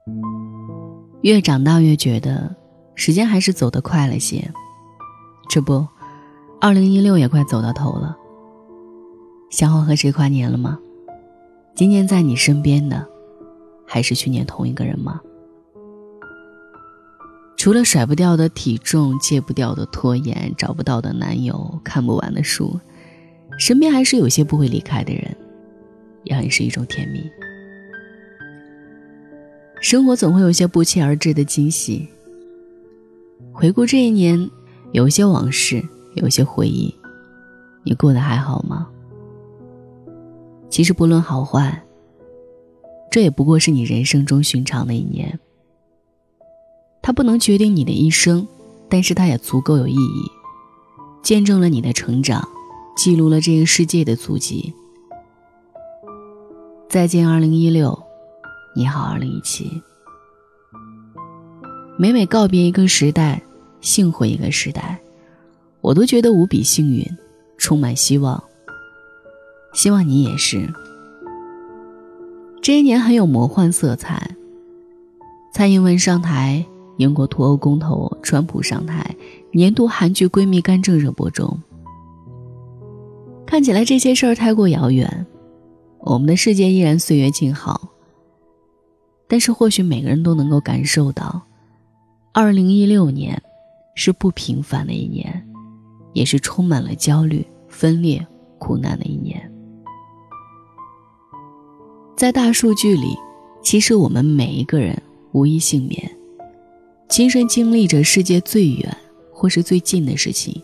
越长大越觉得时间还是走得快了些。这不，2016也快走到头了。想好和谁跨年了吗？今年在你身边的还是去年同一个人吗？除了甩不掉的体重，戒不掉的拖延，找不到的男友，看不完的书，身边还是有些不会离开的人，也很是一种甜蜜。生活总会有些不期而至的惊喜。回顾这一年，有些往事，有些回忆，你过得还好吗？其实不论好坏，这也不过是你人生中寻常的一年。它不能决定你的一生，但是它也足够有意义，见证了你的成长，记录了这个世界的足迹。再见2016，你好2017。每告别一个时代，幸回一个时代，我都觉得无比幸运，充满希望。希望你也是。这一年很有魔幻色彩，蔡英文上台，英国脱欧公投，川普上台，年度韩剧闺蜜干正热播中。看起来这些事儿太过遥远，我们的世界依然岁月静好，但是或许每个人都能够感受到2016年是不平凡的一年，也是充满了焦虑、分裂、苦难的一年。在大数据里，其实我们每一个人无一幸免，亲身经历着世界最远或是最近的事情。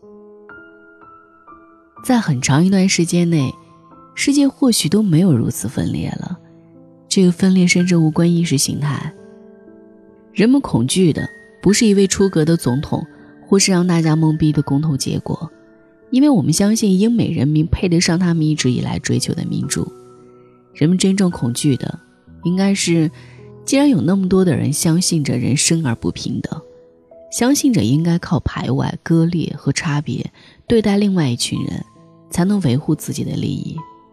在很长一段时间内，世界或许都没有如此分裂了，这个分裂甚至无关意识形态。人们恐惧的不是一位出格的总统，或是让大家懵逼的公投结果，因为我们相信英美人民配得上他们一直以来追求的民主。人们真正恐惧的应该是，既然有那么多的人相信着人生而不平等，相信着应该靠排外、割裂和差别对待另外一群人，才能维护自己的利益。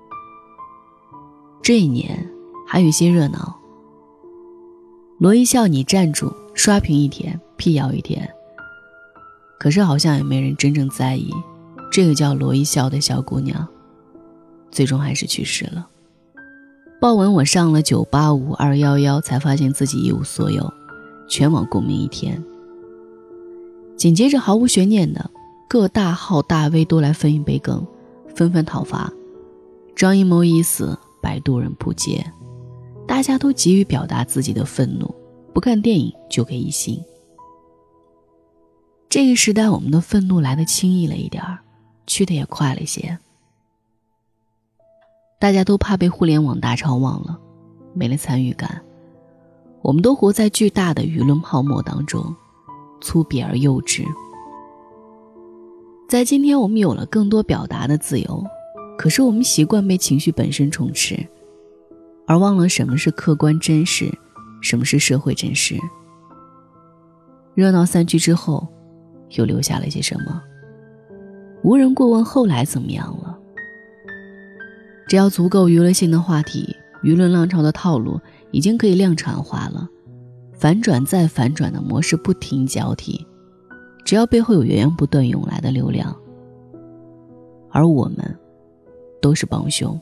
这一年还有一些热闹，罗一笑你站住，刷屏一天，辟谣一天，可是好像也没人真正在意这个叫罗一笑的小姑娘最终还是去世了。报文我上了985、211，才发现自己一无所有，全网共鸣一天。紧接着毫无悬念的，各大号大 V 都来分一杯羹，纷纷讨伐。张艺谋已死，摆渡人扑街，大家都急于表达自己的愤怒，不看电影就给一星。这个时代，我们的愤怒来得轻易了一点，去得也快了些。大家都怕被互联网大潮忘了，没了参与感。我们都活在巨大的舆论泡沫当中，粗鄙而幼稚。在今天我们有了更多表达的自由，可是我们习惯被情绪本身充斥，而忘了什么是客观真实，什么是社会真实。热闹散去之后，又留下了些什么？无人过问后来怎么样了。只要足够娱乐性的话题，舆论浪潮的套路已经可以量产化了，反转再反转的模式不停交替，只要背后有源源不断涌来的流量，而我们都是帮凶。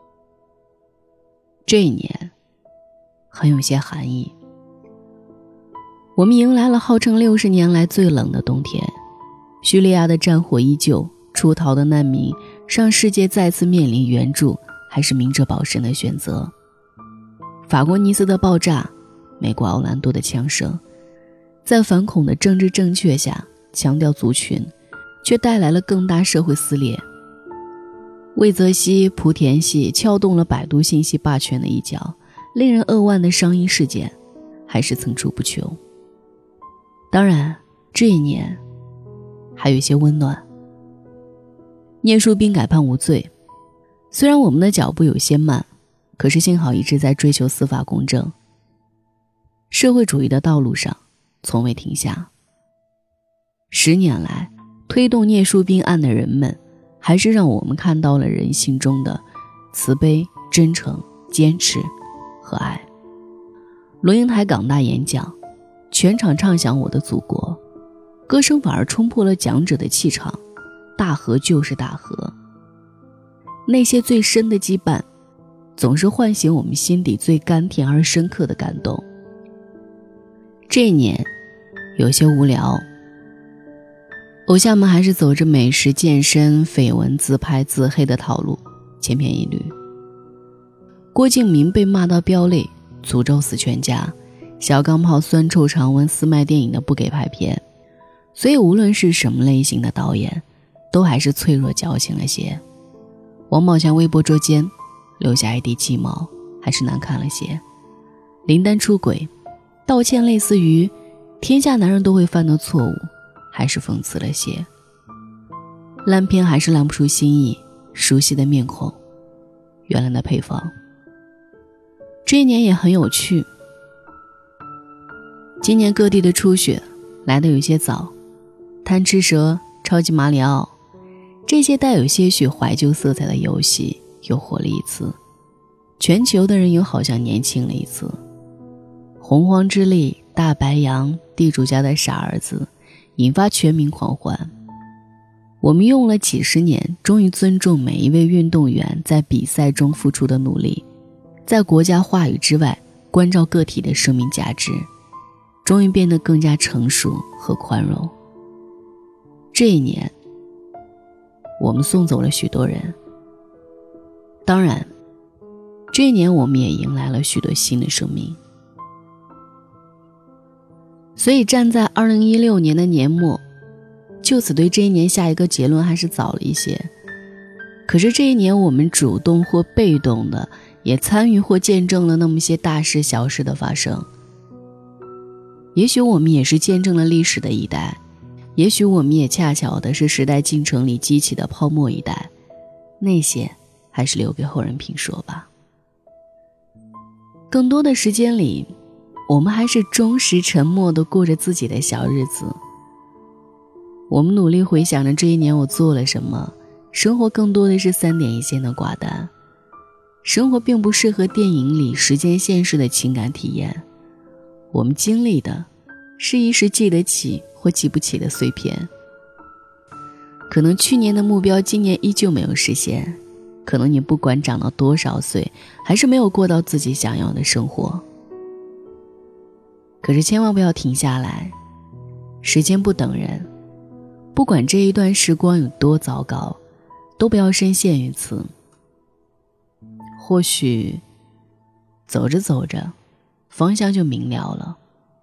这一年很有些含义，我们迎来了号称60年来最冷的冬天，叙利亚的战火依旧，出逃的难民让世界再次面临援助还是明哲保身的选择。法国尼斯的爆炸，美国奥兰多的枪声，在反恐的政治正确下强调族群，却带来了更大社会撕裂。魏则西、莆田系撬动了百度信息霸权的一角，令人扼腕的伤医事件还是层出不穷。当然这一年还有一些温暖，聂树斌改判无罪，虽然我们的脚步有些慢，可是幸好一直在追求司法公正，社会主义的道路上从未停下。10年来推动聂树斌案的人们，还是让我们看到了人性中的慈悲、真诚、坚持和爱。 龙应台港大演讲，全场唱响我的祖国，歌声反而冲破了讲者的气场，大河就是大河。那些最深的羁绊，总是唤醒我们心底最甘甜而深刻的感动。这一年有些无聊，偶像们还是走着美食、健身、绯闻、自拍、自黑的套路，千篇一律。郭敬明被骂到飙泪，诅咒死全家，小钢炮酸臭长文私卖电影的不给拍片，所以无论是什么类型的导演，都还是脆弱矫情了些。王宝强微博捉奸，留下一地鸡毛，还是难看了些。林丹出轨，道歉类似于天下男人都会犯的错误，还是讽刺了些。烂片还是烂不出新意，熟悉的面孔，原来的配方。这一年也很有趣，今年各地的初雪来得有些早，贪吃蛇、超级马里奥这些带有些许怀旧色彩的游戏又火了一次，全球的人又好像年轻了一次。洪荒之力、大白羊、地主家的傻儿子引发全民狂欢。我们用了几十年，终于尊重每一位运动员在比赛中付出的努力，在国家话语之外关照个体的生命价值，终于变得更加成熟和宽容。这一年我们送走了许多人，当然这一年我们也迎来了许多新的生命。所以站在2016年的年末，就此对这一年下一个结论还是早了一些。可是这一年我们主动或被动的也参与或见证了那么些大事小事的发生。也许我们也是见证了历史的一代，也许我们也恰巧的是时代进程里激起的泡沫一代，那些还是留给后人评说吧。更多的时间里，我们还是忠实沉默地过着自己的小日子。我们努力回想着这一年我做了什么，生活更多的是3点一线的寡淡。生活并不适合电影里时间线式的情感体验，我们经历的是一时记得起或记不起的碎片。可能去年的目标今年依旧没有实现，可能你不管长到多少岁，还是没有过到自己想要的生活。可是千万不要停下来，时间不等人，不管这一段时光有多糟糕，都不要深陷于此。或许走着走着，方向就明了了。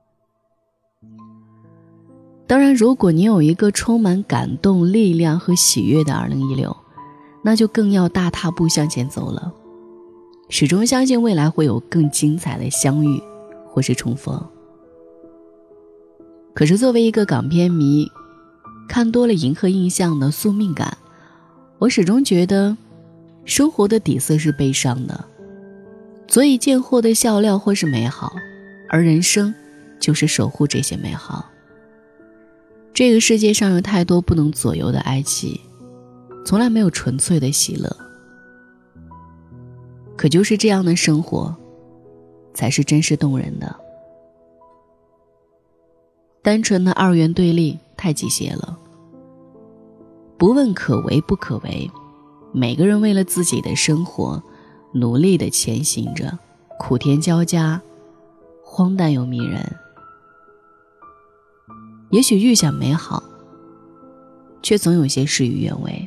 当然，如果你有一个充满感动、力量和喜悦的2016，那就更要大踏步向前走了，始终相信未来会有更精彩的相遇或是重逢。可是作为一个港片迷，看多了银河印象的宿命感，我始终觉得生活的底色是悲伤的，所以见货的笑料或是美好，而人生就是守护这些美好。这个世界上有太多不能左右的哀戚，从来没有纯粹的喜乐。可就是这样的生活，才是真实动人的。单纯的二元对立太机械了，不问可为不可为，每个人为了自己的生活努力地前行着，苦甜交加，荒诞又迷人。也许预想美好，却总有些事与愿违，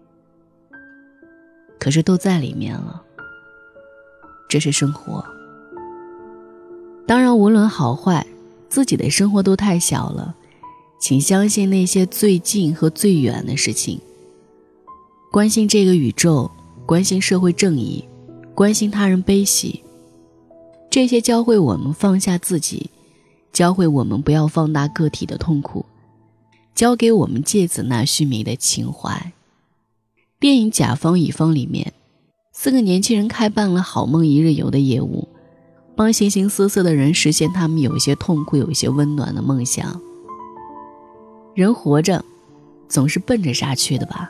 可是都在里面了，这是生活。当然无论好坏，自己的生活都太小了，请相信那些最近和最远的事情，关心这个宇宙，关心社会正义，关心他人悲喜，这些教会我们放下自己，教会我们不要放大个体的痛苦，教给我们芥子纳须弥的情怀。电影《甲方乙方》里面，4个年轻人开办了好梦一日游的业务，帮形形色色的人实现他们有一些痛苦有一些温暖的梦想。人活着总是奔着啥去的吧，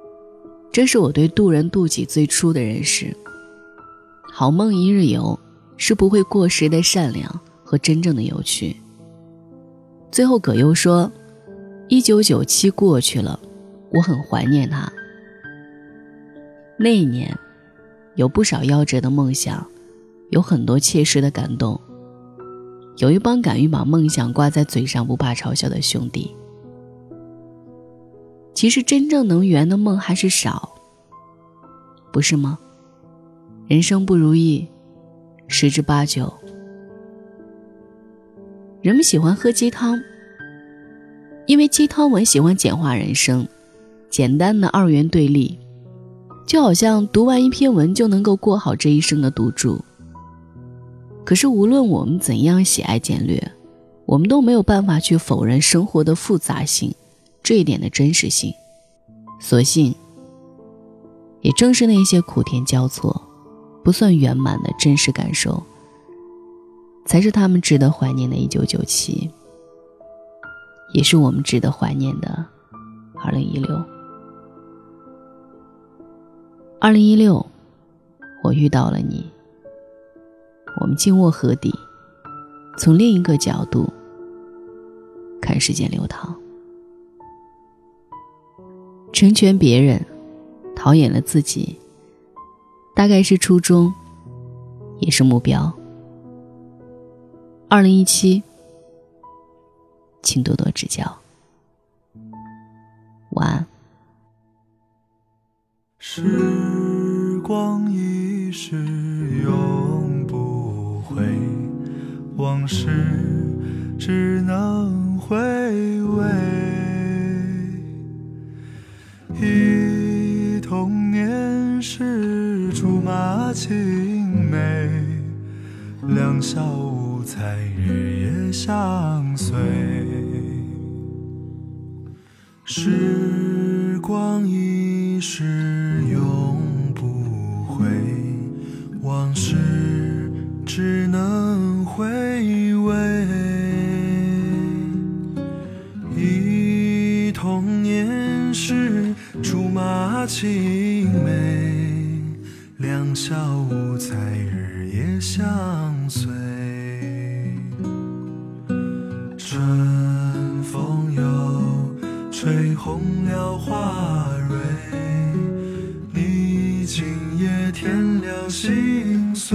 这是我对渡人渡己最初的认识。好梦一日游是不会过时的善良和真正的有趣。最后葛优说，1997过去了，我很怀念它。那一年有不少夭折的梦想，有很多切实的感动，有一帮敢于把梦想挂在嘴上不怕嘲笑的兄弟。其实真正能圆的梦还是少，不是吗？人生不如意十之八九。人们喜欢喝鸡汤，因为鸡汤文喜欢简化人生，简单的二元对立，就好像读完一篇文就能够过好这一生的赌注。可是无论我们怎样喜爱简略，我们都没有办法去否认生活的复杂性，这一点的真实性。所幸也正是那些苦甜交错不算圆满的真实感受，才是他们值得怀念的1997，也是我们值得怀念的2016。2016，我遇到了你，我们静卧河底，从另一个角度看时间流淌。成全别人，陶冶了自己，大概是初衷，也是目标。2017，请多多指教。晚安。 时光一逝永不回，往事只能回味。忆童年时竹马青梅，两小无猜日夜相随。时光一逝永不回，往事只能回味。忆童年时竹马青梅，两小无猜日夜相随。春风又吹红了花蕊，你今夜添了心碎。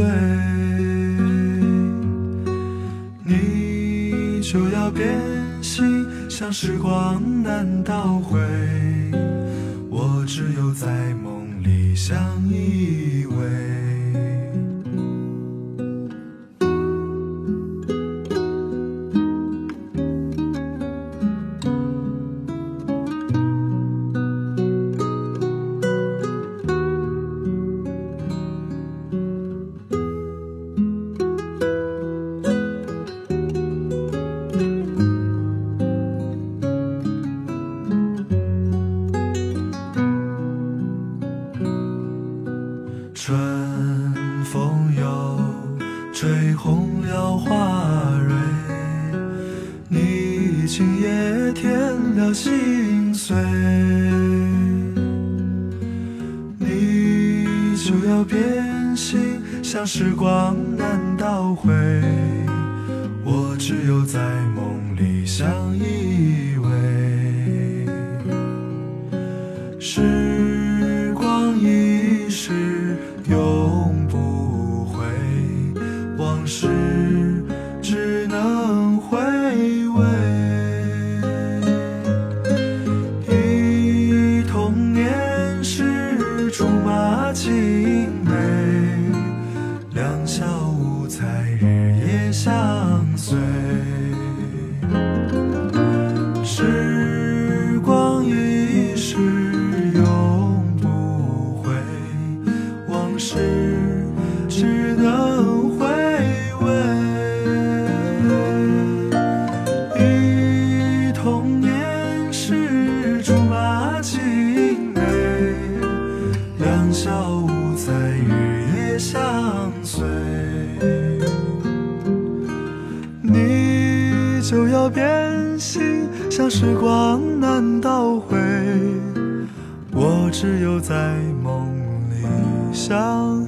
你就要变心，像时光难倒回，我只有在梦里相依偎。春风又吹红了花蕊，你今夜添了心碎。你就要变心，像时光难倒回，我只有在梦里相依偎。时光一逝永不回，往事只能回味。忆童年时竹马青梅，两小无猜日夜相随。时光一逝永不回，往事只能回味。忆童年时竹马青梅，两小无猜日夜相随。你就要变心，像时光难倒回，我只有在梦里相